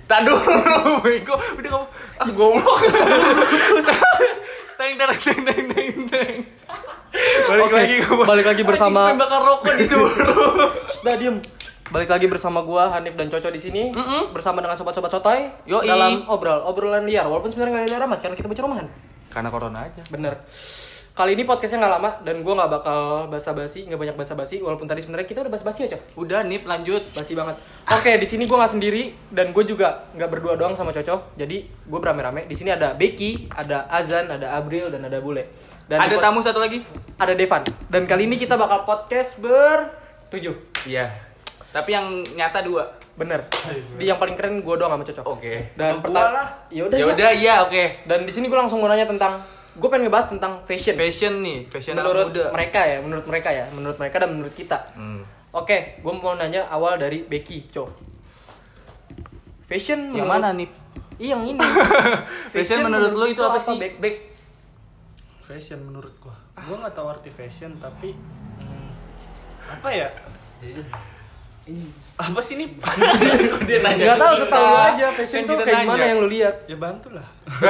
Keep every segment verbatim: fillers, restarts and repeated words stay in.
Tak dulu, bego. Udah kamu ah goblok. Teng teng teng teng teng teng. Balik Oke, lagi ke balik lagi bersama Anjing, bakar rokok disuruh. Sudah diem. Balik lagi bersama gua Hanif dan Coco di sini Mm-mm. bersama dengan sobat-sobat sotoy Yoi. dalam obrol obrolan liar walaupun sebenarnya nggak liar amat karena kita bocor rumahan. Karena corona aja. Bener. Kali ini podcastnya nggak lama dan gua nggak bakal basa-basi, nggak banyak basa-basi walaupun tadi sebenarnya kita udah basa-basi ya, Cok. Udah Nip lanjut. Basi banget. Oke, di sini gua nggak sendiri dan gue juga nggak berdua doang sama Coco. Jadi gue berame-rame. Di sini ada Becky, ada Azan, ada Abril dan ada Bule. Dan Ada di pod- tamu satu lagi? Ada Devan. Dan kali ini kita bakal podcast bertujuh. Iya. Tapi yang nyata dua. Bener. Di yang paling keren gue doang sama Coco. Oke. Dan Gua pertama, lah. ya udah. Ya ya. udah iya oke. Dan di sini gue langsung mau nanya tentang, gue pengen ngebahas tentang fashion. Fashion nih, fashion anak menurut muda. mereka ya, menurut mereka ya, menurut mereka dan menurut kita. Hmm. Oke, gue mau nanya awal dari Becky, Co. Fashion Yang menurut- mana nih? Iya, yang ini. Fashion menurut lo itu apa sih? Bek, bek. Fashion menurut gua. Gua nggak tahu arti fashion tapi hmm, apa ya? Apa sih nih? Dia nanya. Gak tahu, ke setahu kita. lu aja fashion Kan tuh kita kayak nanya. gimana yang lu lihat. Ya bantulah.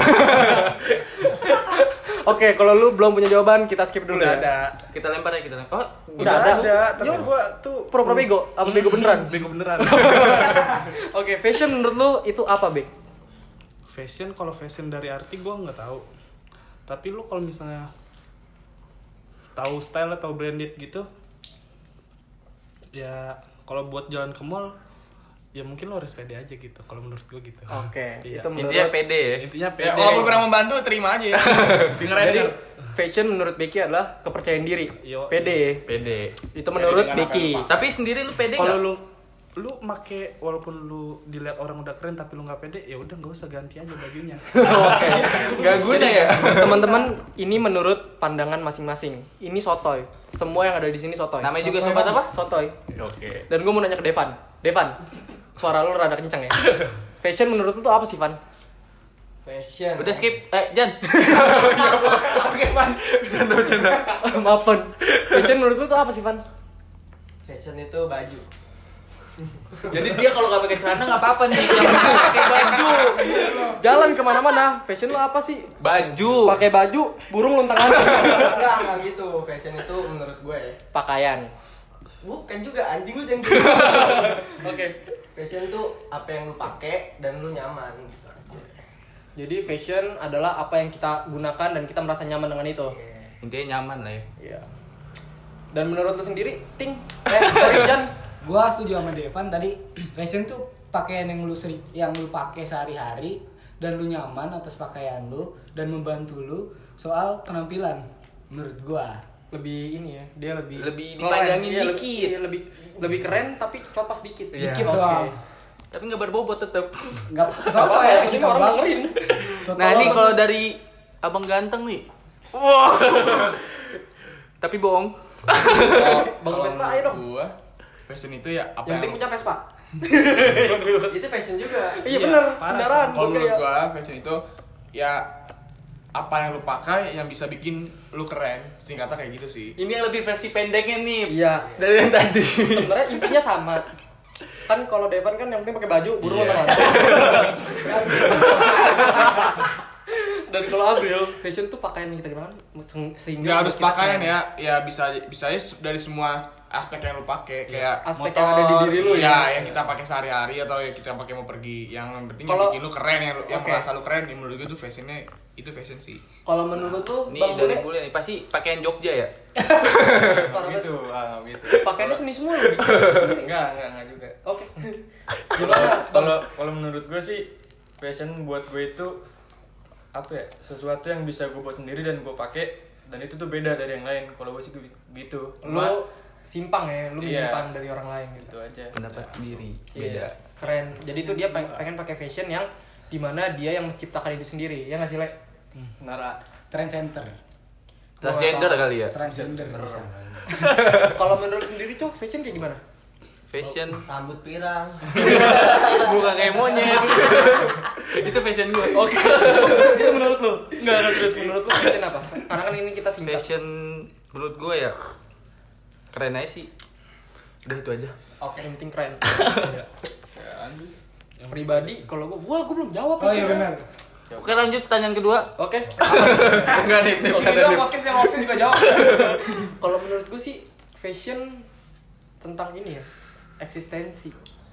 Oke, kalau lu belum punya jawaban, kita skip dulu Udah ya. ada. Kita lempar ya kita lempar. Oh, Udah ada. ada, tapi Yuk. gua tuh Pura-pura bego, apa bego beneran? bego beneran. Oke, fashion menurut lu itu apa, Bek? Fashion kalau fashion dari arti gua nggak tahu. Tapi lu kalau misalnya tahu style atau branded gitu, ya kalau buat jalan ke mall, ya mungkin lo harus pede aja gitu. Kalau menurut gua gitu. Oke, Iya. itu menurut intinya pede ya. Intinya pede. Ya, walaupun pernah membantu, terima aja ya. Denger aja Jadi, denger. fashion menurut Becky adalah kepercayaan diri. Yo. Pede. Pede. Itu menurut dengan apa Becky. yang lu Tapi sendiri lu pede Kalau nggak? lu lu make walaupun lu dilihat orang udah keren tapi lu nggak pede, ya udah nggak usah ganti aja bajunya. Oke. Nggak guna ya? Teman-teman, ini menurut pandangan masing-masing. Ini sotoy. Semua yang ada di sini sotoy. Namanya juga Sotoy sobat apa? Sotoy. Oke. Dan gue mau nanya ke Devan. Devan, suara lu rada kenceng ya. Fashion menurut lu tuh apa sih, Van? Fashion. Udah skip. Eh, Jan. Oke, Van. Bercanda, bercanda. Maafan. Fashion menurut lu tuh apa sih, Van? Fashion itu baju. Jadi dia kalau nggak pakai celana nggak apa-apa nih. Yang penting pakai baju. Jalan kemana-mana. Fashion lu apa sih? Baju. Pakai baju, burung luntang lantung. Enggak, enggak gitu. Fashion itu menurut gue ya. Pakaian. Bukan juga, anjing lu jangan gitu. Oke. Fashion itu apa yang lu pakai dan lu nyaman gitu aja. Jadi fashion adalah apa yang kita gunakan dan kita merasa nyaman dengan itu. Intinya nyaman lah ya. Iya. Dan menurut lu sendiri, Ting? Eh, sorry, Jan. Gua setuju sama Devan tadi. Fashion tuh pakaian yang lu sering yang lu pakai sehari-hari dan lu nyaman atas pakaian lu dan membantu lu soal penampilan menurut gua. Lebih ini ya, dia lebih Lebih keren. dipandangin Iya, dikit. lebih, iya, lebih lebih keren tapi copas dikit. Iya. Dikit Oke. doang. Tapi nggak berbobot tetap. Enggak apa-apa. Gak Soto apa-apa ya ya, kita kita orang bang. dengerin. Soto Nah ini bang. kalau dari abang ganteng nih. Wow. Tapi bohong. Bang Vespa, ayo dong. Gua fashion itu ya apa Yang penting yang punya Vespa. itu fashion juga. Iya bener, parah, kendaraan. Kalau menurut kayak- gua fashion itu ya apa yang lu pakai yang bisa bikin lu keren. Singkatnya kayak gitu sih. Ini yang lebih versi pendeknya nih. Iya. Dari yang tadi. Sebenarnya intinya sama. Kan kalau Devan kan yang penting pakai baju, burung Iya. luntang lantung. Dan kalau Abril, fashion tuh pakaian yang kita gunakan sehingga Nggak harus kita pakaian senang. ya, ya bisa bisa aja dari semua aspek yang lu pakai kayak Aspek Motor, yang ada di diri lu ya, ya. yang kita pakai sehari-hari atau yang kita pakai mau pergi, yang penting Kalau- yang bikin lu keren, yang, yang Oke. merasa lu keren, yang menurut gue tuh fashionnya itu fashion sih. Kalau menurut lu, Nih Bang dari Bule, Bule nih pasti pakaian Jogja ya. gitu ah gitu pakaiannya seni semua lu bikin sendiri. enggak enggak enggak juga Oke. kalau Gimana, Bang? kalau kalau menurut gue sih fashion buat gue itu apa ya, sesuatu yang bisa gue buat sendiri dan gue pakai dan itu tuh beda dari yang lain. Kalau gue sih gitu Lu simpang ya, lu Iya. menyimpang dari orang lain gitu. gitu aja. Pendapat sendiri. Iya, keren. Jadi itu dia peng- pengen pakai fashion yang dimana dia yang menciptakan itu sendiri, ya nggak sih, Le? Nara Trend center. Transgender kali ya. Transgender bisa. Kalau menurut sendiri tuh fashion kayak gimana? Fashion Rambut pirang. bukan kayak monyet. Itu fashion gue. Oke. Itu menurut lu? Enggak, enggak serius. Menurut lu fashion apa? Karena kan ini kita singkat. Fashion menurut gue ya keren aja sih. Udah itu aja. Oke, yang penting keren. Ya, lanjut. pribadi kalau gue, gua gue belum jawab. Oh iya ya. benar. Oke, lanjut pertanyaan kedua. Oke. Enggak nih, Di sini dong podcast yang hostnya juga jawab. Kalau menurut gue sih fashion tentang ini ya, eksistensi.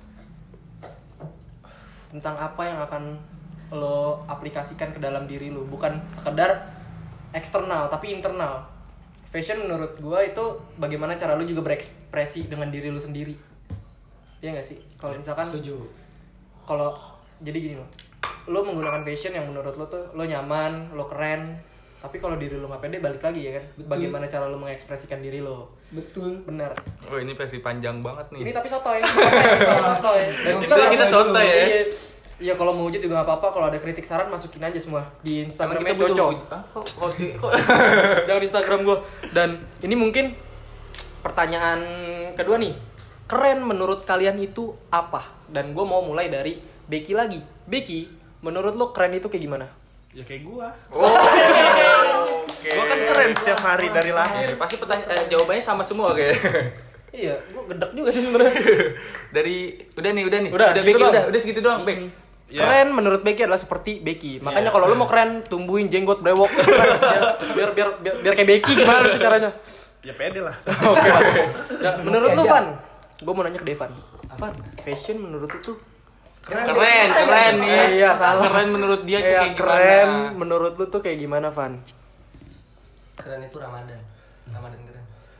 Tentang apa yang akan lo aplikasikan ke dalam diri lo, bukan sekedar eksternal tapi internal. Fashion menurut gue itu bagaimana cara lo juga berekspresi dengan diri lo sendiri. Iya nggak sih? Kalau misalkan Setuju. kalau jadi gini lo, lo menggunakan fashion yang menurut lo tuh lo nyaman, lo keren, tapi kalau diri lo nggak pede balik lagi ya kan? Betul. Bagaimana cara lo mengekspresikan diri lo? Betul. Benar. Oh, ini versi panjang banget nih. Ini tapi sotoy, sotoy, sotoy. Dan Kita- kita sotoy ya. Iya. Iya, kalau mau wujud juga nggak apa-apa. Kalau ada kritik saran masukin aja semua di Instagramnya Kita butuh- Coco. Ah, kok kok sih- kok Jangan di Instagram gue. Dan ini mungkin pertanyaan kedua nih. Keren menurut kalian itu apa? Dan gue mau mulai dari Becky lagi. Becky, menurut lo keren itu kayak gimana? Ya kayak gua. Oke. Gua kan keren setiap hari dari lahir. Eh, pasti pertanyaan eh, jawabannya sama semua kayak. Iya, gue gedek juga sih sebenarnya. Dari udah nih, udah nih. Udah, udah segitu Becky, doang. udah, udah segitu doang, Bek. Ya. Keren menurut Becky adalah seperti Becky. Makanya Ya. kalau lu mau keren, tumbuhin jenggot brewok. biar, biar biar biar biar kayak Becky gimana tuh caranya? Ya pede lah. Ya, menurut lu aja. Van, gue mau nanya ke Devan. Van, fashion menurut lu tuh Keren, keren nih. Eh, iya, salah. Keren menurut dia tuh Iya, kayak keren gimana? menurut lu tuh kayak gimana, Van? Keren itu Ramadan. Ramadan keren.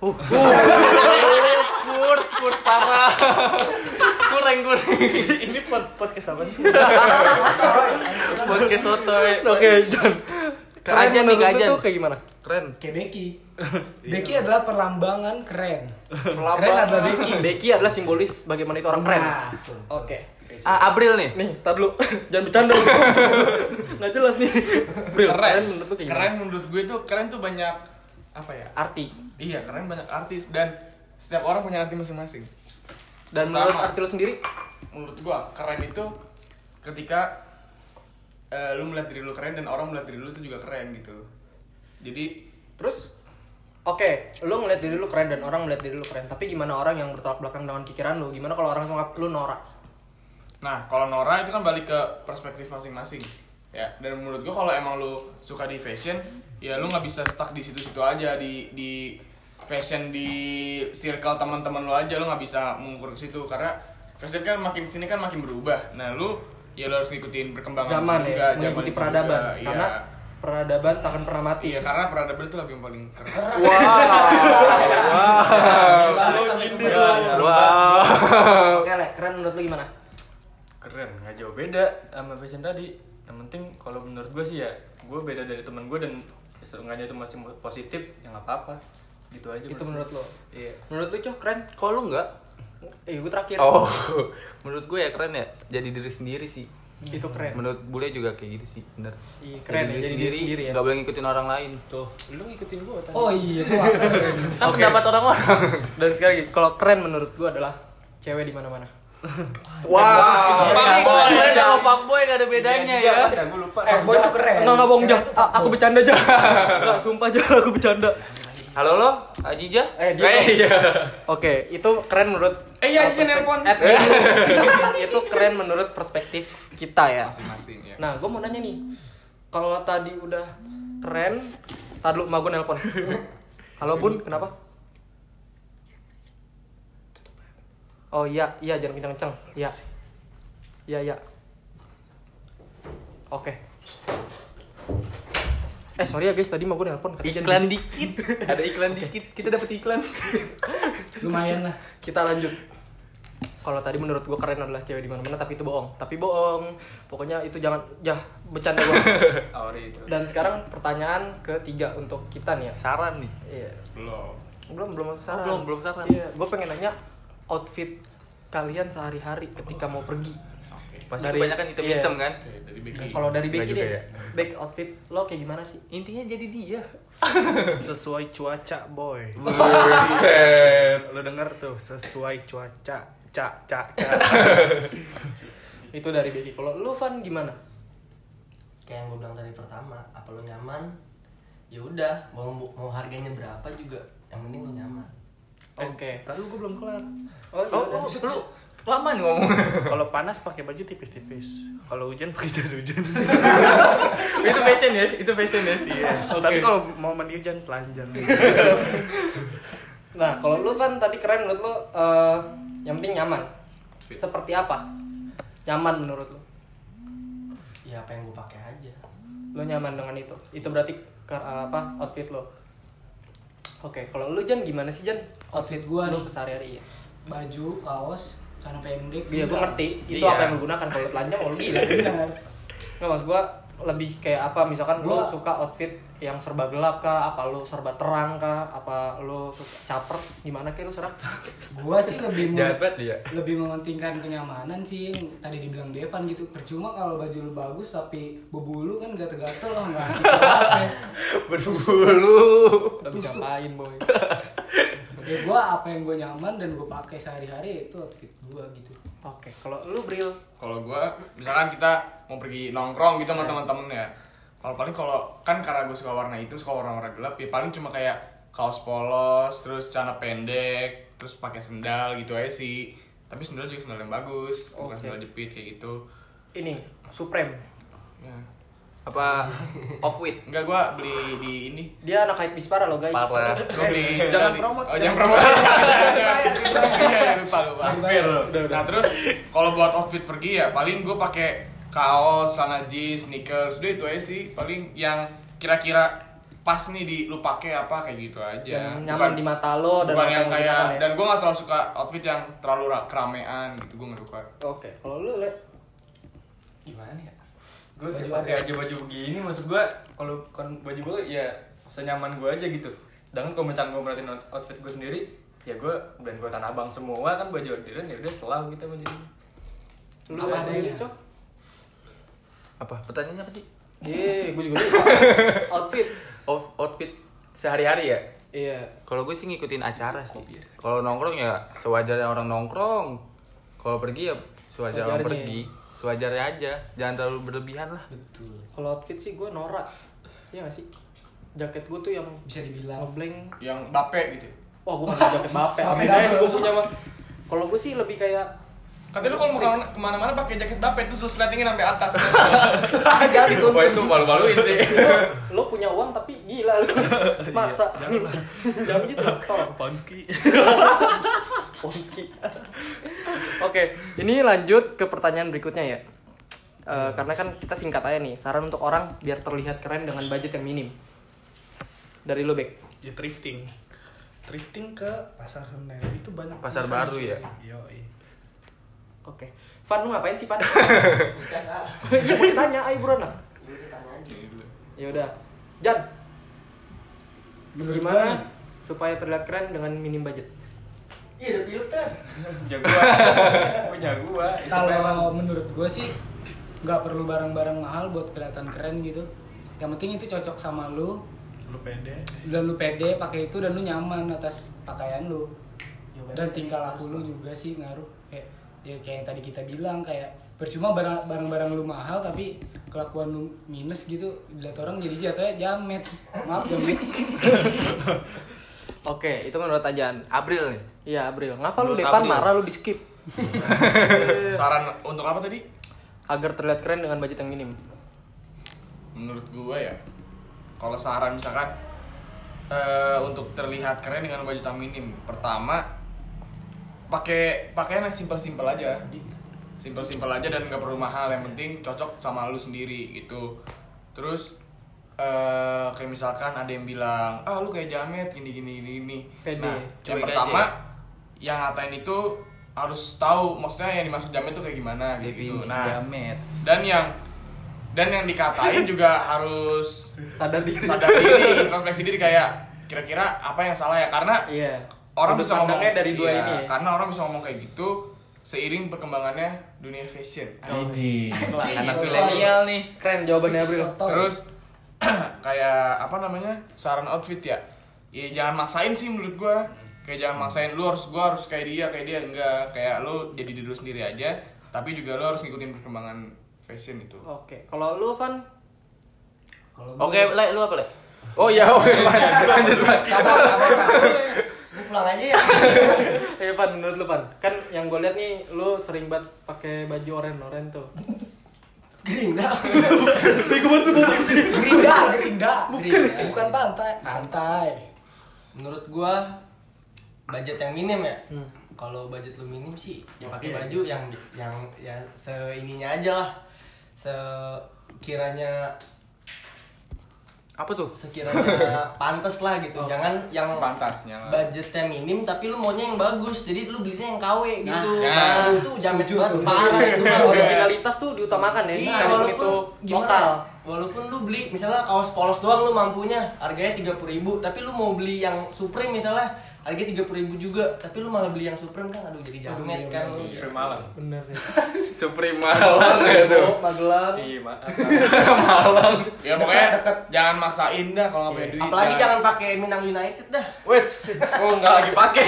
Kurs, kurs parah. Kurang, kurang. Ini pod podcast apa sih? Podcast sotoy. Oke, John. Keren Kajan nih, menurut lu kajan. tuh kayak gimana? Keren. Kayak Becky. Becky adalah perlambangan keren. Perlambangan. Keren adalah Becky. Becky adalah simbolis bagaimana itu orang keren. Nah, betul. Oke. Ah, April nih. Nih, tar dulu. Jangan bercanda. Nggak jelas nih. Bril, Keren. menurut lu kayak Keren gimana? menurut gue tuh keren tuh banyak apa ya? Arti. Iya, keren banyak artis dan setiap orang punya arti masing-masing. Dan Pertama. menurut arti lu sendiri? Menurut gua keren itu ketika eh, lu melihat diri lu keren dan orang melihat diri lu tuh juga keren gitu. Jadi Terus, oke, lu ngeliat diri lu keren dan orang melihat diri lu keren. Tapi gimana orang yang bertolak belakang dengan pikiran lu? Gimana kalau orang menganggap lu norak? nah, kalau Nora itu kan balik ke perspektif masing-masing. Ya, dan menurut gua kalau emang lu suka di fashion, ya lu nggak bisa stuck di situ-situ aja di di fashion di circle teman-teman lu aja, lu nggak bisa mengukur ke situ karena fashion kan makin sini kan makin berubah. Nah, lu ya lu harus ngikutin perkembangan Zaman juga, ya, zaman mengikuti itu peradaban. juga. Iya. Karena peradaban takkan pernah mati. Iya, karena peradaban itu lagu yang paling keren. Wow. Oke, Le, keren menurut lu gimana? Keren, nggak jauh beda sama fashion tadi. Yang penting kalau menurut gue sih ya, gue beda dari teman gue dan seenggaknya itu masih positif, ya nggak apa-apa. Gitu aja. Itu menurut lo? Iya. Menurut lu, Coh, keren? Kok lu enggak? Eh, gue terakhir. Oh, menurut gue ya keren ya. Jadi diri sendiri sih. Itu keren. Menurut bule juga kayak gitu sih, bener. Iya, keren ya, jadi diri sendiri ya. Gak boleh ngikutin orang lain. Tuh, lu ngikutin gua tadi. Oh iya tuh apa? Kan pendapat orang-orang. Dan sekali lagi, kalau keren menurut gua adalah cewek di mana-mana. Wah, fuckboy. keren sama fuckboy gak ada bedanya ya. Gue lupa. Eh, boy itu keren. Enggak, enggak bohong, Keren Jah. itu A- Aku fuckboy. bercanda, Jah. Enggak, sumpah, Jah, aku bercanda. Halo lo, Ajija? Eh, dia Oke, itu keren menurut Eh, iya, Ajija nelpon. Eh, itu keren menurut perspektif kita ya. Masing-masing ya. Nah, gue mau nanya nih. Kalau tadi udah keren, tadi lu emak gue nelpon. Halo Bun, kenapa? Oh iya, iya jangan kenceng-kenceng. Iya. Iya, iya. Oke. Eh, sorry ya guys, tadi mau gue nelpon. katanya jangan Iklan berisik. dikit. Ada iklan dikit. Kita dapat iklan. Lumayan lah. Kita lanjut. Kalau tadi menurut gue keren adalah cewek di mana-mana, tapi itu bohong. Tapi bohong. Pokoknya itu jangan, ya bercanda gue. Auri itu. Dan sekarang pertanyaan ketiga untuk kita nih ya. Saran nih. Iya. Belum. Belum belum saran. belum, belum saran. Iya, gue pengen nanya outfit kalian sehari-hari ketika mau pergi. Pasti Dari- kebanyakan hitam-hitam iya. kan? Oke, dari Becky. Kalau dari Nggak Becky juga deh, ya. back outfit lo kayak gimana sih? Intinya jadi dia. Sesuai cuaca, boy. Buset. Lu denger tuh, sesuai cuaca. Cak, cak, cak. Itu dari Becky. Kalau lu Van gimana? Kayak yang gue bilang tadi pertama, apa lo nyaman? Ya udah, mau mau harganya berapa juga, yang penting lo nyaman. Oke. Lalu gua belum kelar. Oh, iya, Oh, udah. oh, lu Lama nih ngomong. Kalau panas pakai baju tipis-tipis. Kalau hujan pakai jas hujan. Itu fashion ya, itu fashion ya. Yes. Oke. Tapi kalau mau mandi hujan telanjang. Nah, kalau lu kan tadi keren menurut lu, eh, yang penting nyaman. Fit. Seperti apa? Nyaman menurut lu? Ya apa yang gue pakai aja. Lu nyaman dengan itu. Itu berarti ke, apa? Outfit lo. Oke, kalau lu Jan gimana sih Jan? Outfit gua lu nih. sehari-hari ya. Baju, kaos, celana pendek. Iya, gua udah. ngerti. Itu Iya. apa yang lu gunakan kalau lu telanjang mau lu gila. Benar. Nggak, maksud gua lebih kayak apa? Misalkan lu Gua- suka outfit yang serba gelap kah? Apa lu serba terang kah? Apa lu suka caper? Gimana kayak lu serang? Gua sih lebih mem- Jabat dia. lebih mementingkan kenyamanan sih yang tadi dibilang Devan gitu. Percuma kalau baju lu bagus tapi berbulu kan gatel-gatel lah nggak asik banget. Berbulu. Udah bisa Tusuk. main boy. Ya gua apa yang gua nyaman dan gua pakai sehari-hari itu outfit gua gitu. Oke, kalau lu Bril, Kalau gua misalkan kita mau pergi nongkrong gitu sama teman-teman ya. Kalau paling kalau kan karena gue suka warna hitam, suka warna-warna gelap ya paling cuma kayak kaos polos, terus celana pendek, terus pakai sendal gitu aja sih. Tapi sendal juga sendal yang bagus, bukan Oke. sendal jepit kayak gitu. ini Supreme. Ya. Apa off white? Enggak, gua beli di ini. Dia anak hype Bispara lo guys. Parah. Gua beli Jangan sendal di- promote. Oh, jangan promote. Iya, lupa lupa. Nah, terus kalau buat outfit pergi ya paling gue pakai kaos, celana jeans, sneakers, udah itu aja sih. Paling yang kira-kira pas nih di lu pakai apa kayak gitu aja. Yang nyaman di mata lo dan bukan apa yang lu kayak gunakan ya? dan gue gak terlalu suka outfit yang terlalu ra- keramaian gitu, gue gak suka. Oke, kalau lu Le, Gimana ya? Gue Baju pakai apa? aja baju begini, maksud gue kalau kan baju gue ya senyaman gue aja gitu. Sedangkan kalau misalnya gue merhatiin out- outfit gue sendiri, ya gue brand gue Tanah Abang semua kan baju orderan ya udah selalu gitu baju ini. lu Apa sendiri, adanya. Cok? Apa? Pertanyaannya apa sih? Iya, gue juga lupa. Outfit. Out- outfit sehari-hari ya? Iya. Kalau gue sih ngikutin acara sih. Kalau nongkrong ya sewajarnya orang nongkrong. Kalau pergi ya sewajarnya orang Sewajarnya. pergi. Sewajarnya aja. Jangan terlalu berlebihan lah. Betul. Kalau outfit sih gue norak. Iya gak sih? Jaket gue tuh yang Bisa dibilang ngeblank. Yang bape gitu. Wah, gue gak punya jaket bape. Bape Amin aja double. gue punya mah. Kalau gue sih lebih kayak Katanya lu kalau mau kemana- kemana-mana pakai jaket bape terus lu slatingin sampai atas. jangan dituntun. Wah itu malu-maluin sih. lo, lo punya uang tapi gila lu. Maksa. Jangan gitu. Tolong. Ponski. Ponski. Oke, ini lanjut ke pertanyaan berikutnya ya. Eh, karena kan kita singkat aja nih. Saran untuk orang biar terlihat keren dengan budget yang minim. Dari lo, Bek. Ya thrifting. Thrifting ke pasar Senen itu banyak. Pasar pilihan baru sih. ya? Yoi. Oke. Van, lu ngapain sih, Van? Cas ah. Iya, mau ditanya, ayo buruan lah. Dulu ditanya aja. Ya udah. Jan, Menurut gua gimana nih, supaya terlihat keren dengan minim budget? Iya, ada filter. Jagoan. Punya gua. kalau menurut gua sih nggak perlu barang-barang mahal buat kelihatan keren gitu. Yang penting itu cocok sama lu Lu pede. dan lu pede pakai itu dan lu nyaman atas pakaian lu. Dan tingkah laku lu juga sih ngaruh. Kayak ya kayak yang tadi kita bilang kayak percuma barang- barang-barang lu mahal tapi kelakuan lu minus gitu dilihat orang jadi jatuhnya jamet. Maaf jamet. Oke, itu menurut Ajan. April nih. Iya, April. Ngapa lu Menurut depan April. marah lu di skip? Saran untuk apa tadi? Agar terlihat keren dengan budget yang minim. Menurut gue ya, kalau saran misalkan eh, untuk terlihat keren dengan baju yang minim, pertama pakai pakaian yang simpel-simpel aja, simpel-simpel aja dan nggak perlu mahal, yang penting cocok sama lu sendiri gitu. Terus eh, kayak misalkan ada yang bilang, ah lu kayak jamet gini gini gini gini. Pede. Nah, yang Cuek pertama aja. yang ngatain itu harus tahu maksudnya yang dimaksud jamet itu kayak gimana gitu. Definisi Nah, jamet. dan yang dan yang dikatain juga harus Sadar diri. sadar diri, introspeksi diri kayak kira-kira apa yang salah ya, karena Iya. orang Sudut bisa ngomong pandangnya dari dua iya, ini ya. karena orang bisa ngomong kayak gitu seiring perkembangannya dunia fashion. Idi. Anak Gitu. milenial nih. Keren jawabannya April. Sotoy. Terus kayak apa namanya saran outfit ya, ya jangan maksain sih menurut gua, kayak jangan maksain lu harus gua harus kayak dia kayak dia enggak, kayak lu jadi diri lu sendiri aja, tapi juga lu harus ngikutin perkembangan fashion itu. Oke, kalau lu Van, Kalau gua- Oke, Le, lu apa, Le? Oh iya, oke. Lanjut, lanjut. Gue pulang aja ya. Eh Pan, menurut lu Pan, kan yang gue lihat nih lu sering banget pakai baju oren-oren tuh. Gerinda. Gerinda, gerinda. Bukan, bukan pantai. Pantai. Menurut gua budget yang minim ya. Hmm. Kalau budget lu minim sih, ya pakai baju yang yang ya seininya aja lah. Sekiranya Apa tuh? sekiranya pantes lah gitu. Oh. Jangan yang Sepantasnya lah. budgetnya minim tapi lu maunya yang bagus. Jadi lu belinya yang K W gitu. Nah, Aduh itu jamet setuju banget tuh. parah itu. Nah, mah. originalitas tuh diutamakan ya. Iya, Nah, walaupun itu gimana lokal. ya, walaupun lu beli misalnya kaos polos doang lu mampunya harganya tiga puluh ribu, tapi lu mau beli yang Supreme misalnya harganya tiga puluh ribu juga, tapi lu malah beli yang Supreme kan aduh jadi jamet kan. Supreme Malang. Bener sih. Supreme Malang ya tuh. Magelang. Iya, maaf. Malang. Ya pokoknya jangan maksain dah kalau nggak punya duit. Apalagi jangan pakai Minang United dah. Wets, oh nggak lagi pakai.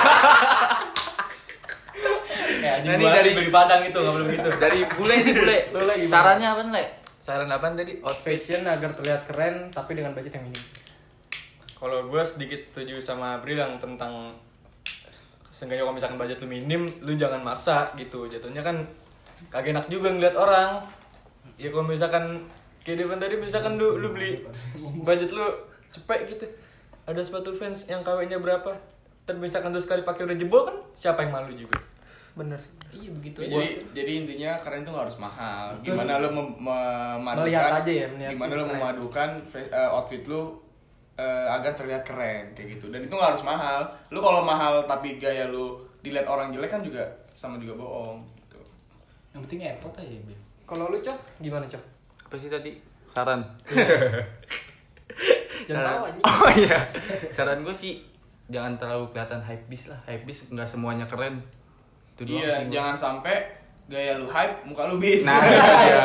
Ya, Nah, ini dari dari- beli Padang itu nggak boleh begitu. Dari bule nih bule. Lu lagi gimana? Sarannya apa Le? Saran apaan tadi? Fashion agar terlihat keren tapi dengan budget yang minim. Kalau gue sedikit setuju sama Brilang tentang seenggaknya kalau misalkan budget lu minim, lu jangan maksa gitu. Jatuhnya kan kagak enak juga ngeliat orang. Ya kalau misalkan kayak Devan tadi misalkan lu lu beli budget lu cepet gitu. Ada sepatu Vans yang K W-nya berapa? Dan misalkan lu sekali pakai udah jebol kan siapa yang malu juga? Bener sih. Iya begitu. Ya, jadi jadi intinya keren tuh nggak harus mahal. Gimana lu mem- memadukan? Melihat aja ya, melihat Gimana lu keren. memadukan fe- eh, outfit lu eh, agar terlihat keren kayak gitu. Dan itu nggak harus mahal. Lu kalau mahal tapi gaya lu dilihat orang jelek kan juga sama juga bohong. Gitu. Yang penting airport aja, Bim. Kalau lu Cok, gimana Cok? Apa sih tadi? Saran. Jangan Saran- tahu anjing. Oh iya. Saran gue sih jangan terlalu kelihatan hype beast lah. Hype beast nggak semuanya keren. Itu doang Iya, sih gua. jangan sampai gaya lu hype, muka lu bis. Nah, iya.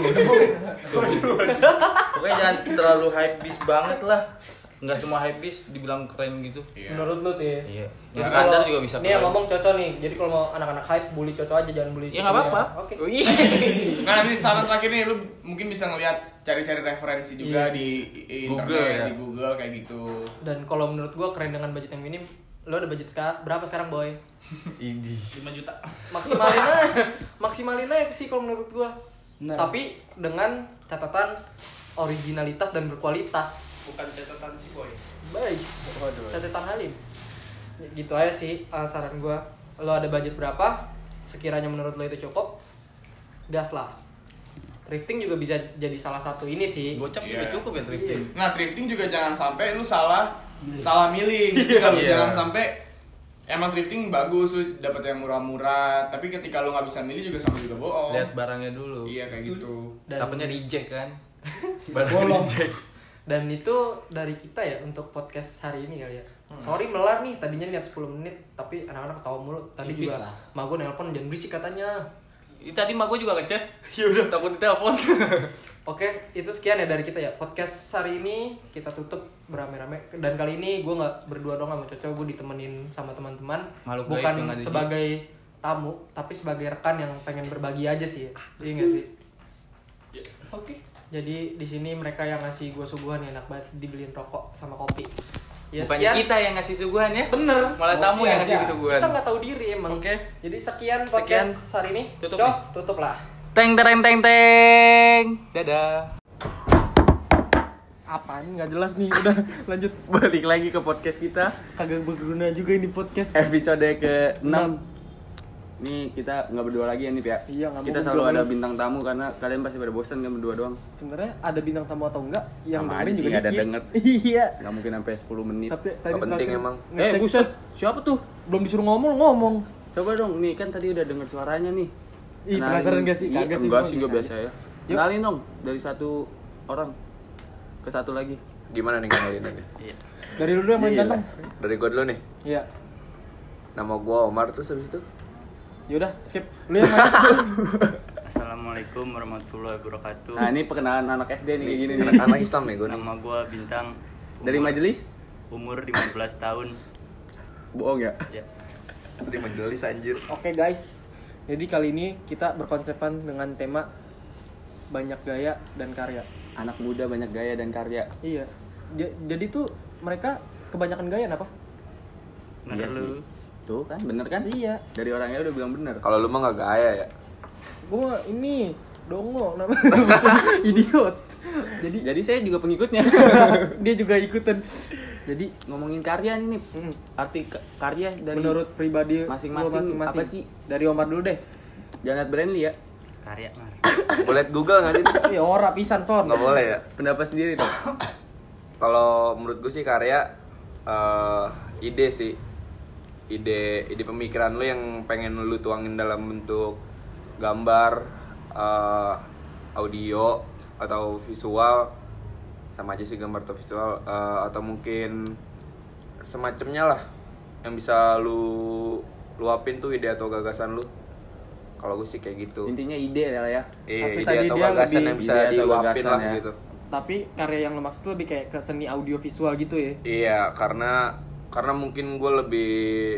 Pokoknya jangan terlalu hype beast banget lah. Nggak semua hype beast dibilang keren gitu. Iya. Menurut lu tuh ya. Iya. Jadi Yang standar kalau- juga bisa Nih yang keren. ngomong Coco nih. Jadi kalau mau anak-anak hype bully Coco aja, jangan bully. Ya nggak apa-apa. Oke. Wih. Nah, ini saran terakhir nih, lu mungkin bisa ngeliat cari-cari referensi juga Iya di, di internet, Google, ya? di Google kayak gitu. Dan kalau menurut gua keren dengan budget yang minim. Lo ada budget sekarang berapa sekarang, Boy? Ini. lima juta. Maksimalin aja. Maksimalin aja sih kalau menurut gua. Bener. Tapi dengan catatan originalitas dan berkualitas. Bukan catatan sih, boy. Baik. Catatan Halim. Ya, gitu aja sih uh, saran gua. Lo ada budget berapa? Sekiranya menurut lo itu cukup, gas lah. Thrifting juga bisa jadi salah satu ini sih. Gocap Iya. juga cukup ya thrifting. Nah, thrifting juga jangan sampai lu salah salah milih gitu kan. Iya. Jangan sampai emang thrifting bagus lu dapet yang murah-murah, tapi ketika lu nggak bisa milih juga sama juga bohong. Lihat barangnya dulu. Iya kayak gitu. Dan- Takutnya reject kan. Bolong. Dan itu dari kita ya untuk podcast hari ini kali ya. Sorry melar nih, tadinya niat sepuluh menit tapi anak-anak ketawa mulu. Tadi Tipis juga lah. mak gue nelpon jangan berisik katanya. Ih, tadi mak gue juga ngechat. Ya udah takut ditelepon. Oke, itu sekian ya dari kita ya. Podcast hari ini kita tutup beramai-ramai. Dan kali ini gue nggak berdua dong sama Coco, gue ditemenin sama teman-teman. Makhluk gaib Bukan yang ada di sebagai tamu, tapi sebagai rekan yang pengen berbagi aja sih. Iya nggak sih? Oke. Jadi di sini mereka yang ngasih gue suguhan ya, enak banget dibeliin rokok sama kopi. Ya Bukannya sekian. kita yang ngasih suguhan ya. Bener. Malah tamu Oke yang ngasih aja. suguhan. Kita nggak tahu diri emang. Oke. Jadi sekian Sekian. podcast hari ini. Tutup Cok, nih. tutup lah. Teng tereng teng teng. Dadah. Apaan nggak jelas nih. Udah lanjut. Balik lagi ke podcast kita. Kagak berguna juga ini podcast. Episode ke enam. Nih kita nggak berdua lagi ya nih ya. Iya, nggak mau Kita berdua selalu ada dulu. bintang tamu karena kalian pasti pada bosan kan berdua doang. Sebenarnya ada bintang tamu atau enggak yang Sama dengerin aja sih, juga ada dikit. denger. Iya. Gak mungkin sampai sepuluh menit. Tapi Gak tadi penting terakhir emang. ngecek- Eh buset, siapa tuh? Belum disuruh ngomong ngomong. Coba dong, nih kan tadi udah denger suaranya nih. Ih, Kenalin. penasaran gak sih? Iya, Kagak sih, enggak gua sih, gue biasa biasa ya. Yuk. Kenalin dong dari satu orang ke satu lagi. Gimana nih kenalin ini? Dari dulu yang paling Iya. ganteng. Dari gua dulu nih. Iya. Nama gua Omar, terus habis itu Yaudah, skip. Lu yang mana? Assalamualaikum warahmatullahi wabarakatuh. Nah ini perkenalan anak S D nih kayak gini nih. anak Islam nih gua nih. Nama gua Bintang. Dari Umur- majelis? Umur lima belas tahun. Bohong ya? Ya. Dari majelis anjir. Oke guys. Jadi kali ini kita berkonsepkan dengan tema banyak gaya dan karya. Anak muda banyak gaya dan karya. Iya. J- jadi tuh mereka kebanyakan gaya apa? Bener Iya lu. sih. Tuh kan bener kan? Iya. Dari orangnya udah bilang bener. Kalau lu mah nggak gaya ya. Gue ini dongo namanya. Idiot. Jadi jadi saya juga pengikutnya. Dia juga ikutan. Jadi ngomongin karya nih nih. Hmm. Arti ka- karya dari Menurut pribadi lu masing-masing apa sih? Dari Omar dulu deh. Jangan lihat Brandly ya. Karya Mar. Boleh Google nggak sih? Ya ora pisan son. Nggak boleh ya. Pendapat sendiri tuh. Kalau menurut gue sih karya eh, ide sih. Ide ide pemikiran lu yang pengen lu tuangin dalam bentuk gambar, eh, audio atau visual, sama aja sih gambar atau visual, eh, atau mungkin semacamnya lah yang bisa lu luapin tuh ide atau gagasan lu. Kalau gue sih kayak gitu. Intinya ide lah ya. Iya, Tapi ide tadi atau dia gagasan lebih yang bisa ide atau diluapin gagasan lah ya. gitu. Tapi karya yang lo maksud tuh lebih kayak ke seni audio visual gitu ya. Iya, karena karena mungkin gue lebih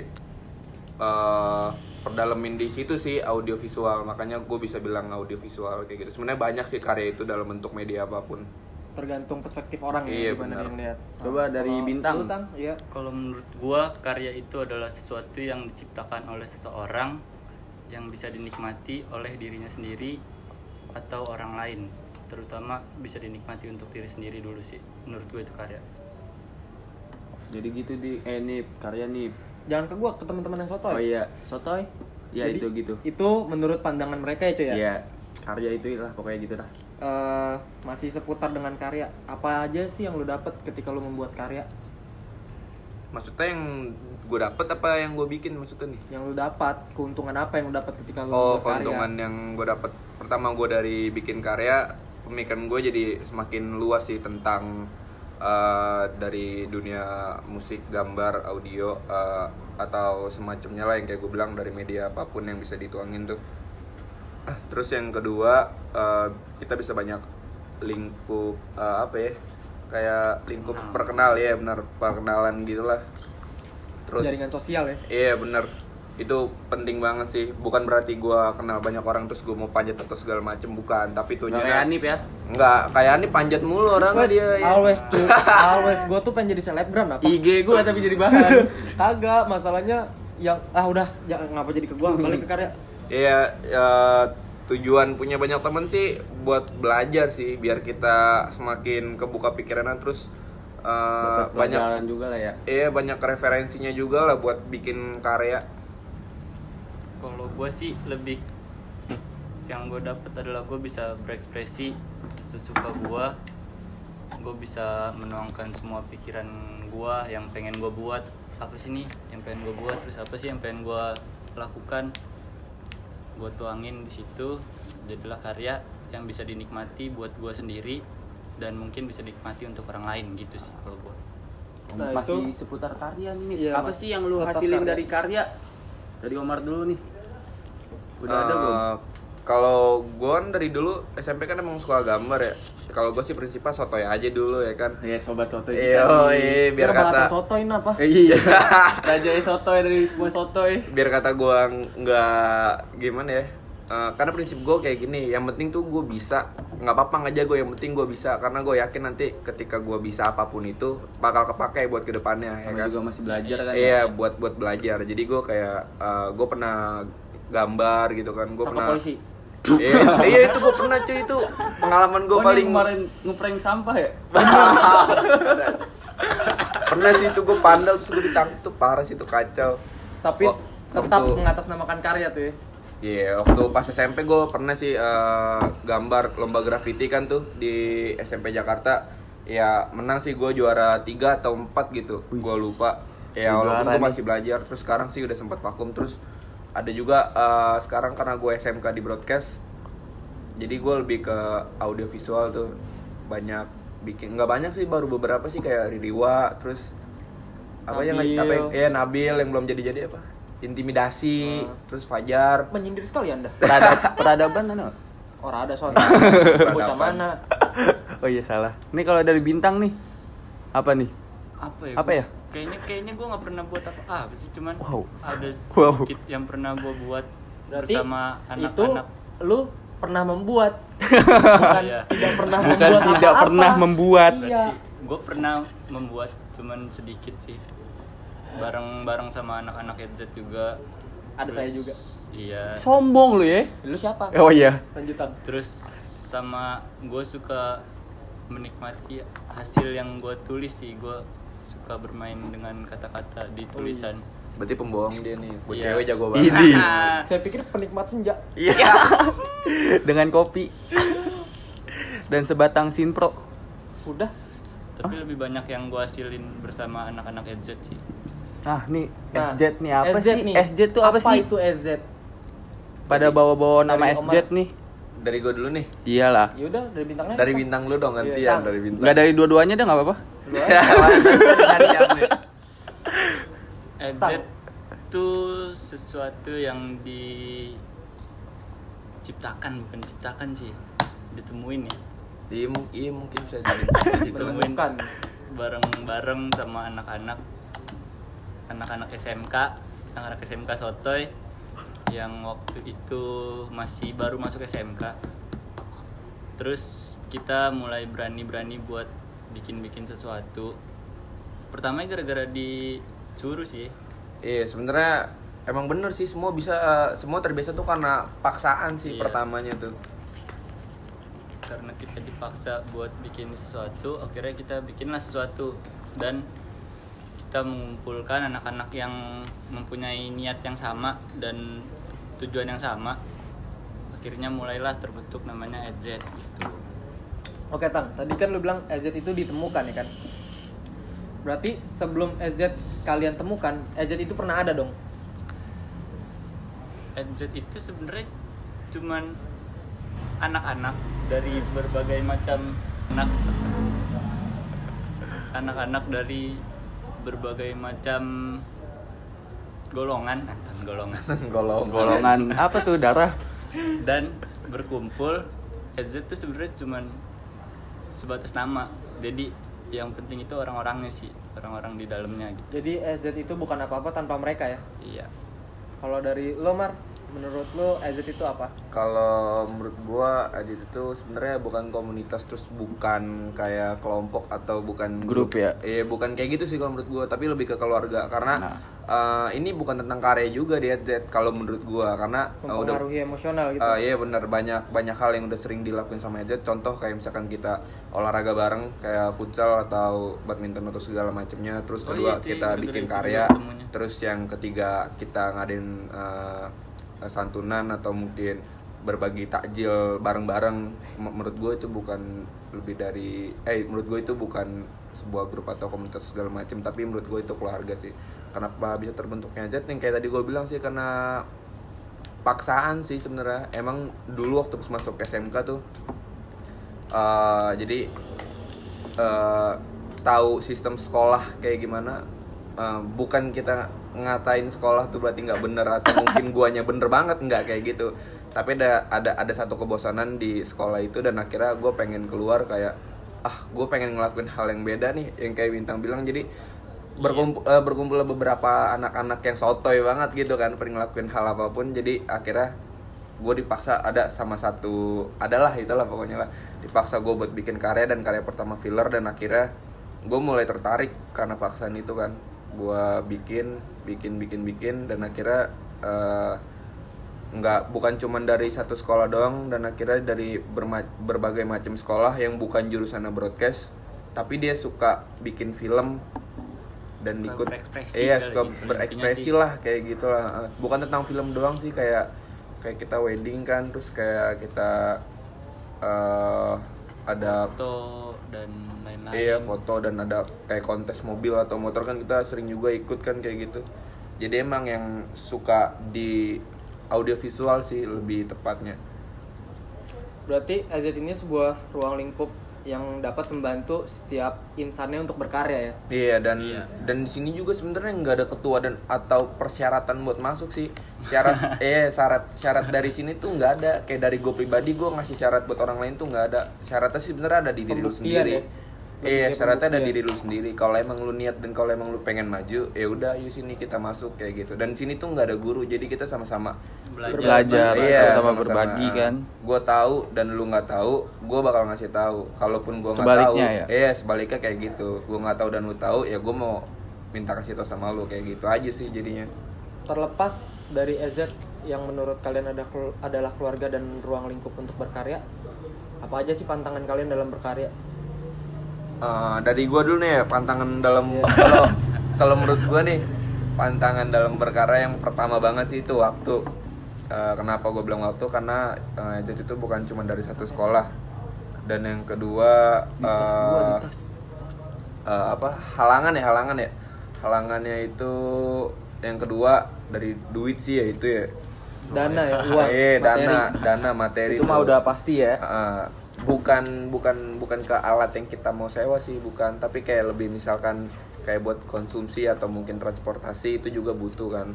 uh, perdalamin di situ sih audio visual, makanya gue bisa bilang audio visual kayak gitu. Sebenarnya banyak sih karya itu dalam bentuk media apapun. Tergantung perspektif orang Iya, ya gimana benar. yang lihat. Coba dari kalau Bintang. lu, Tang, iya. Kalau menurut gua karya itu adalah sesuatu yang diciptakan oleh seseorang yang bisa dinikmati oleh dirinya sendiri atau orang lain. Terutama bisa dinikmati untuk diri sendiri dulu sih. Menurut gue itu karya. Jadi gitu di eh nih karya nih. Jangan ke gua, ke teman-teman yang sotoy. Oh iya, sotoy. Ya Jadi, itu gitu. Itu menurut pandangan mereka itu ya. Iya. Karya itu lah pokoknya gitu dah. Eh, masih seputar dengan karya. Apa aja sih yang lu dapet ketika lu membuat karya? Maksudnya yang gue dapet apa yang gue bikin maksudnya nih? Yang lu dapat, keuntungan apa yang lu dapat ketika lu Oh, membuat keuntungan karya? yang gue dapet pertama gue dari bikin karya, pemikiran gue jadi semakin luas sih tentang uh, dari dunia musik, gambar, audio, uh, atau semacamnya lah yang kayak gue bilang dari media apapun yang bisa dituangin tuh. Terus yang kedua, uh, kita bisa banyak lingkup uh, apa ya? Kayak lingkup perkenal ya, benar perkenalan gitulah. Terus Jaringan sosial ya. iya bener, itu penting banget sih. Bukan berarti gue kenal banyak orang terus gue mau panjat atau segala macem, bukan. Tapi Nggak tujuannya kayak Anip ya. Enggak, kayak Anip panjat mulu orang Wait, dia ya. always tuh, always gua tuh pengen jadi selebgram apa? I G gua tapi jadi bahan. Kagak, masalahnya yang ah udah jangan ngapa jadi ke gua, balik ke karya. Iya, ya, tujuan punya banyak temen sih buat belajar sih, biar kita semakin kebuka pikiran terus uh, Dapat banyak pelajaran juga lah ya. iya banyak referensinya juga lah buat bikin karya. Kalau gue sih lebih yang gue dapet adalah gue bisa berekspresi sesuka gue. Gue bisa menuangkan semua pikiran gue yang pengen gue buat. Apa sih nih yang pengen gue buat, terus apa sih yang pengen gue lakukan, gue tuangin di situ, jadilah karya yang bisa dinikmati buat gue sendiri dan mungkin bisa dinikmati untuk orang lain gitu sih kalau gue. Nah, Masih itu- seputar karya nih. Iya, apa Mas. sih yang lu Tetap hasilin karya. dari karya? Dari Omar dulu nih. Udah ada Eh, belum? Kalau gue kan dari dulu S M P kan emang suka gambar ya. Kalau gue sih prinsipnya sotoy aja dulu ya kan. Ya sobat soto Iya, iya, biar Dia kata sotoin apa? Eh, iya. Raja sotoy dari semua sotoy. biar kata gue nggak gimana ya. Eh, karena prinsip gue kayak gini, yang penting tuh gue bisa, nggak apa-apa nggak jago, yang penting gue bisa, karena gue yakin nanti ketika gue bisa apapun itu bakal kepakai buat kedepannya ya Sama kan. juga masih belajar kan. Iya, ya? buat buat belajar. Jadi gue kayak uh, gue pernah gambar gitu kan, gue Tangkap pernah. polisi. Iya, iya itu gue pernah cuy, itu pengalaman gue Oh, ini paling kemarin ngeprank sampah ya? pernah sih itu gue pandal terus gue ditangkap tuh parah sih, itu kacau. Tapi Wah, tetap waktu- mengatasnamakan karya tuh ya. Iya, waktu pas S M P gue pernah sih uh, gambar lomba graffiti kan tuh di S M P Jakarta. Ya menang sih, gue juara tiga atau empat gitu, gue lupa. Ya Wih, walaupun juara gue nih. masih belajar, terus sekarang sih udah sempat vakum. Terus ada juga uh, sekarang karena gue S M K di broadcast, jadi gue lebih ke audio visual tuh, banyak bikin, nggak banyak sih, baru beberapa sih kayak Ririwa, terus apa yang Nabil. apa yang ya Nabil yang belum jadi-jadi apa? Intimidasi, terus Fajar. Menyindir sekali Anda. Peradab, peradaban mana? Orang ada soal. Bocah mana? Oh iya salah. Nih kalau dari Bintang nih. Apa nih? Apa ya? Apa gua- ya? Kayaknya kayaknya gue nggak pernah buat apa apa sih, cuman Wow. ada Wow. sedikit yang pernah gue buat Berarti bersama itu anak-anak. lu pernah membuat, bukan Iya. tidak pernah Bukan membuat tidak apa-apa. pernah membuat. Iya. Gue pernah membuat cuman sedikit sih. bareng-bareng sama anak-anak E Z juga. Ada saya juga. Iya. Sombong lu ya. Lu siapa? Oh iya. Lanjutan. Terus sama gue suka menikmati hasil yang gue tulis sih. Gue suka bermain dengan kata-kata di tulisan. Berarti pembohong dia nih. Buat Iya. cewek jago banget. Ini. Saya pikir penikmat senja. Iya. Dengan kopi. Dan sebatang Sinpro. Udah. Tapi lebih banyak yang gue hasilin bersama anak-anak E Z sih. Ah, nih Nah, S Z nih apa S Z sih? nih. S Z tuh apa, sih? Apa itu S Z? Pada bawa-bawa nama Dari S Z Omar. nih. Dari gue dulu nih. Iyalah. Ya udah dari bintangnya. Dari apa? bintang lu dong Iya, gantian Tang. dari bintang. Enggak dari dua-duanya deh enggak apa-apa. Lu aja. E Z itu sesuatu yang diciptakan, bukan diciptakan sih, ditemuin ya. Iya, mu- iya mungkin bisa Ditemuin Menemukan. bareng-bareng sama anak-anak anak-anak S M K, anak-anak S M K Sotoy yang waktu itu masih baru masuk S M K. Terus kita mulai berani-berani buat bikin-bikin sesuatu. Pertama gara-gara disuruh sih. Iya, sebenarnya emang bener sih, semua bisa semua terbiasa tuh karena paksaan sih. Iya. Pertamanya tuh. Karena kita dipaksa buat bikin sesuatu, akhirnya kita bikinlah sesuatu dan kita mengumpulkan anak-anak yang mempunyai niat yang sama dan tujuan yang sama. Akhirnya mulailah terbentuk namanya E Z gitu. Oke Tang, tadi kan lu bilang E Z itu ditemukan ya kan? Berarti sebelum E Z kalian temukan, E Z itu pernah ada dong? E Z itu sebenarnya cuman anak-anak dari berbagai macam anak anak-anak dari berbagai macam golongan, antan golongan Golong. Golongan apa tuh darah? dan berkumpul. E Z itu sebenarnya cuman sebatas nama. Jadi yang penting itu orang-orangnya sih, orang-orang di dalamnya gitu. Jadi E Z itu bukan apa-apa tanpa mereka ya? Iya. Kalau dari lo Mar, menurut lo E Z itu apa? Kalau menurut gua Adit itu sebenarnya bukan komunitas, terus bukan kayak kelompok atau bukan Grup ya? Iya, bukan kayak gitu sih kalau menurut gua, tapi lebih ke keluarga karena Nah. uh, ini bukan tentang karya juga di E Z kalau menurut gua karena uh, udah Mempengaruhi emosional gitu. Uh, iya benar, banyak banyak hal yang udah sering dilakuin sama E Z. Contoh kayak misalkan kita olahraga bareng kayak futsal atau badminton atau segala macamnya. Terus Oh kedua iya, itu kita yang bikin dari karya. video temunya. Terus yang ketiga kita ngadain uh, santunan atau mungkin berbagi takjil bareng-bareng. M- menurut gue itu bukan lebih dari eh menurut gue itu bukan sebuah grup atau komunitas segala macam, tapi menurut gue itu keluarga sih. Kenapa bisa terbentuknya E Z? Yang kayak tadi gue bilang sih karena paksaan sih sebenarnya. Emang dulu waktu pas masuk S M K tuh uh, jadi uh, tahu sistem sekolah kayak gimana. Uh, bukan kita ngatain sekolah tuh berarti nggak bener atau mungkin guanya bener banget, nggak kayak gitu. Tapi ada ada ada satu kebosanan di sekolah itu dan akhirnya gue pengen keluar kayak ah gue pengen ngelakuin hal yang beda nih, yang kayak Bintang bilang. Jadi berkumpul uh, berkumpul beberapa anak-anak yang sotoy banget gitu kan, pengen ngelakuin hal apapun. Jadi akhirnya gue dipaksa ada sama satu adalah itulah pokoknya lah, dipaksa gue buat bikin karya, dan karya pertama filler, dan akhirnya gue mulai tertarik karena paksaan itu kan. Gue bikin bikin bikin bikin dan akhirnya uh, nggak bukan cuman dari satu sekolah doang, dan akhirnya dari berma- berbagai macam sekolah yang bukan jurusannya broadcast tapi dia suka bikin film dan Suka ikut berekspresi iya kali suka gitu, berekspresi intinya sih. lah kayak gitulah. Bukan tentang film doang sih, kayak kayak kita wedding kan, terus kayak kita uh, ada Foto dan lain-lain. iya foto, dan ada kayak kontes mobil atau motor kan kita sering juga ikut kan kayak gitu. Jadi emang yang suka di audiovisual sih lebih tepatnya. Berarti E Z ini sebuah ruang lingkup yang dapat membantu setiap insannya untuk berkarya ya. Iya, dan Iya. dan di sini juga sebenarnya nggak ada ketua dan atau persyaratan buat masuk sih. Syarat eh syarat syarat dari sini tuh nggak ada. Kayak dari gue pribadi gue ngasih syarat buat orang lain tuh nggak ada. Syaratnya sih sebenarnya ada di diri lu Pembuktian sendiri. ya? Lebih Iya, kayak syaratnya ada di pembuktian. diri lu sendiri. Kalau emang lu niat dan kalau emang lu pengen maju, ya udah yuk sini kita masuk kayak gitu. Dan sini tuh nggak ada guru, jadi kita sama-sama Belajar. Belajar, iya, sama berbagi kan. Gue tahu dan lu nggak tahu, gue bakal ngasih tahu. Kalaupun gue nggak tahu, Sebaliknya ya? iya sebaliknya kayak gitu. Gue nggak tahu dan lu tahu, ya gue mau minta kasih tau sama lu, kayak gitu aja sih jadinya. Terlepas dari E Z yang menurut kalian ada adalah keluarga dan ruang lingkup untuk berkarya, apa aja sih pantangan kalian dalam berkarya? Uh, dari gua dulu nih ya, pantangan dalam kalau kalau menurut gua nih pantangan dalam berkarya yang pertama banget sih itu waktu. Uh, kenapa gua bilang waktu? Karena uh, E Z itu bukan cuma dari satu sekolah, dan yang kedua uh, uh, apa halangan ya halangan ya halangannya itu yang kedua dari duit sih ya itu ya dana ya uang eh materi. dana dana materi Itu mah udah pasti ya. uh, bukan bukan bukan ke alat yang kita mau sewa sih, bukan, tapi kayak lebih misalkan kayak buat konsumsi atau mungkin transportasi itu juga butuh kan.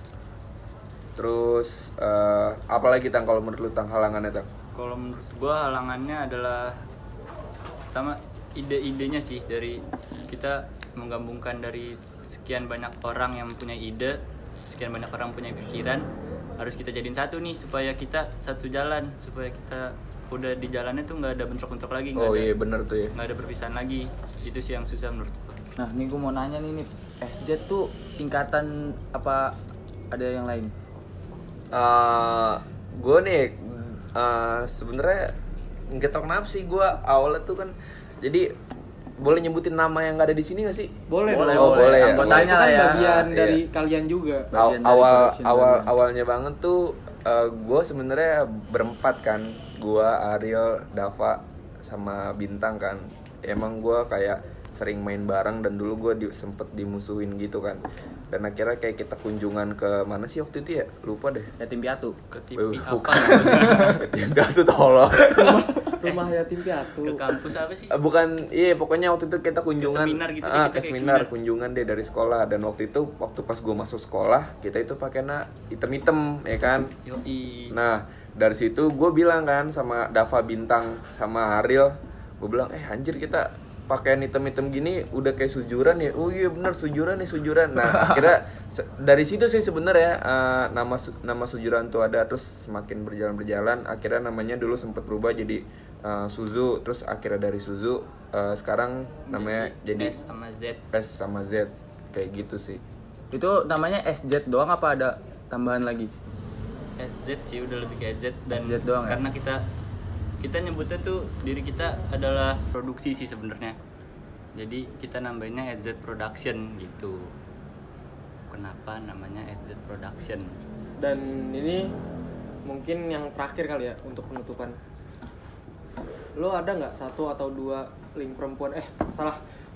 Terus uh, apalagi Tang kalau menurut lu Tang halangannya Tang? Kalau menurut gua halangannya adalah pertama ide-idenya sih, dari kita menggabungkan dari sekian banyak orang yang punya ide, sekian banyak orang punya pikiran, harus kita jadiin satu nih supaya kita satu jalan, supaya kita udah di jalannya tuh nggak ada bentrok-bentrok lagi, nggak Oh ada, iya bener tuh ya. nggak ada perpisahan lagi. Itu sih yang susah menurut gua. Nah, nih gue mau nanya nih, nih S Z tuh singkatan apa ada yang lain? Uh, gue nih uh, sebenarnya nggak tau kenapa sih gue awalnya tuh kan, jadi boleh nyebutin nama yang nggak ada di sini nggak sih? Boleh, Boleh, dong. Oh, boleh ya. Anggotanya Itu kan lah ya. bagian Iya. dari kalian juga. Aw- Bagian dari awal production awal value. awalnya banget tuh uh, gue sebenarnya berempat kan, gue Ariel, Dava sama Bintang kan. Emang gue kayak sering main bareng dan dulu gue di, sempet dimusuhin gitu kan. Dan akhirnya kayak kita kunjungan ke mana sih waktu itu ya? Lupa deh. Yatim piatu. Ke T Eh, V apa? bukan. Enggak tuh tolong. Rumah yatim piatu. Ke kampus apa sih? Eh, bukan, iya pokoknya waktu itu kita kunjungan Ke seminar gitu deh, ah, kita ke kayak seminar, seminar. kunjungan deh dari sekolah. Dan waktu itu waktu pas gue masuk sekolah kita itu pakainya item-item ya kan. Yoi. Nah dari situ gue bilang kan sama Dava, Bintang sama Ariel, gue bilang eh anjir kita pakaian item-item gini udah kayak sujuran ya. Oh iya bener sujuran nih sujuran. Nah akhirnya se- dari situ sih sebenarnya uh, nama su- nama sujuran tuh ada, terus semakin berjalan-berjalan akhirnya namanya dulu sempat berubah jadi uh, Suzu, terus akhirnya dari Suzu uh, sekarang namanya jadi S sama Z. S sama Z kayak gitu sih. Itu namanya S Z doang apa ada tambahan lagi? S Z sih udah lebih ke Z, dan S Z doang ya? karena kita kita nyebutnya tuh diri kita adalah produksi sih sebenarnya. Jadi kita nambahinnya S Z Production gitu. Kenapa namanya S Z Production? Dan ini mungkin yang terakhir kali ya untuk penutupan. Lo ada nggak satu atau dua link perempuan? Eh salah.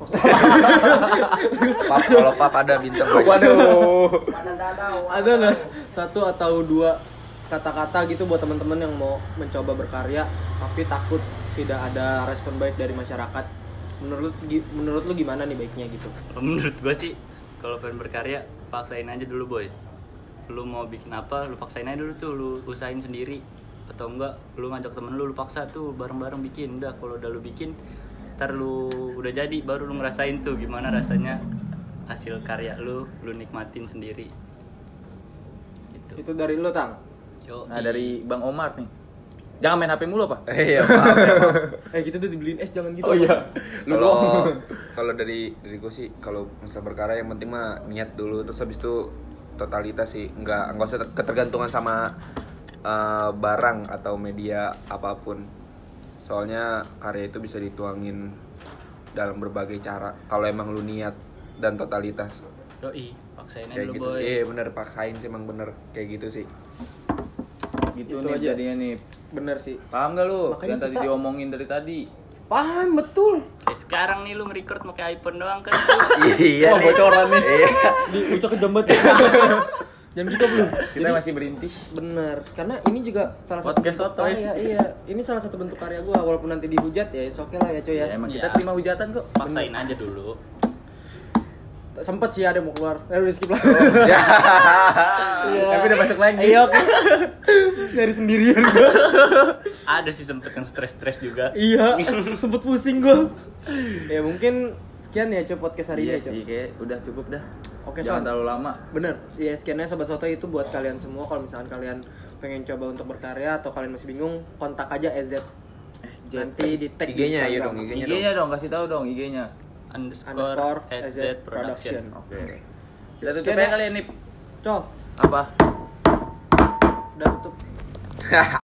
Pap, kalau pap ada Bintang lagi. Waduh. Ada nggak satu atau dua kata-kata gitu buat teman-teman yang mau mencoba berkarya tapi takut tidak ada respon baik dari masyarakat? Menurut gi- menurut lu gimana nih baiknya gitu? Menurut gue sih kalau pengen berkarya paksain aja dulu boy. Lu mau bikin apa, lu paksain aja dulu tuh, lu usahain sendiri. Atau enggak, lu ngajak temen lu, lu paksa tuh bareng-bareng bikin. Udah, kalau udah lu bikin, ntar lu udah jadi, baru lu ngerasain tuh gimana rasanya hasil karya lu, lu nikmatin sendiri. Gitu. Itu dari lu, Tang. Yo, Nah, dari Bang Omar nih. Jangan main H P mulu, Pak. Eh, iya maaf ya, maaf. Eh gitu tuh dibeliin es jangan gitu. Oh iya. Lu Kalau doang. kalau dari dari gue sih kalau misal berkarya yang penting mah niat dulu, terus habis itu totalitas sih, nggak nggak usah ter- ketergantungan sama uh, barang atau media apapun. Soalnya karya itu bisa dituangin dalam berbagai cara kalau emang lu niat dan totalitas. Yoi, paksain aja Kayak dulu gitu. boy. Iya bener, paksain sih emang bener kayak gitu sih. Gitu Itu nih aja. jadinya nih. Bener sih. Paham gak lu? Makanya Yang tadi kita- diomongin dari tadi. Paham betul. Kayak sekarang nih lu nge-record pakai iPhone doang kan. Iya. Oh, bocoran nih. Iya. Di ucap kejambat. Jam gitu belum. Kita masih berintih. Bener, karena ini juga salah satu Podcast bentuk sotoy. karya. Iya, ini salah satu bentuk karya gua, walaupun nanti dihujat ya, oke lah ya coy ya. Ya, emang kita Iya. terima hujatan kok. Paksain aja dulu. Sempet sih ada mau keluar, eh udah skip lah. Iya. Tapi udah masuk lagi. Iya oke. Nyari sendirian gua. Ada sih sempet yang stres-stres juga. Iya, sempet pusing gua. Ya mungkin sekian ya coy podcast hari Iya ini ya, Coy. sih, kayak udah cukup dah. Oke, Jangan Son. terlalu lama. Bener, ya sekiannya Sobat Soto itu buat kalian semua. Kalau misalkan kalian pengen coba untuk berkarya atau kalian masih bingung, kontak aja S Z. S Z. Nanti di tag I G-nya di ya Instagram. dong, I G-nya. I G-nya dong, kasih tahu dong I G-nya. underscore, underscore S Z S Z production. Oke. Udah tutup ya kali ini. Cok. Apa? Udah tutup.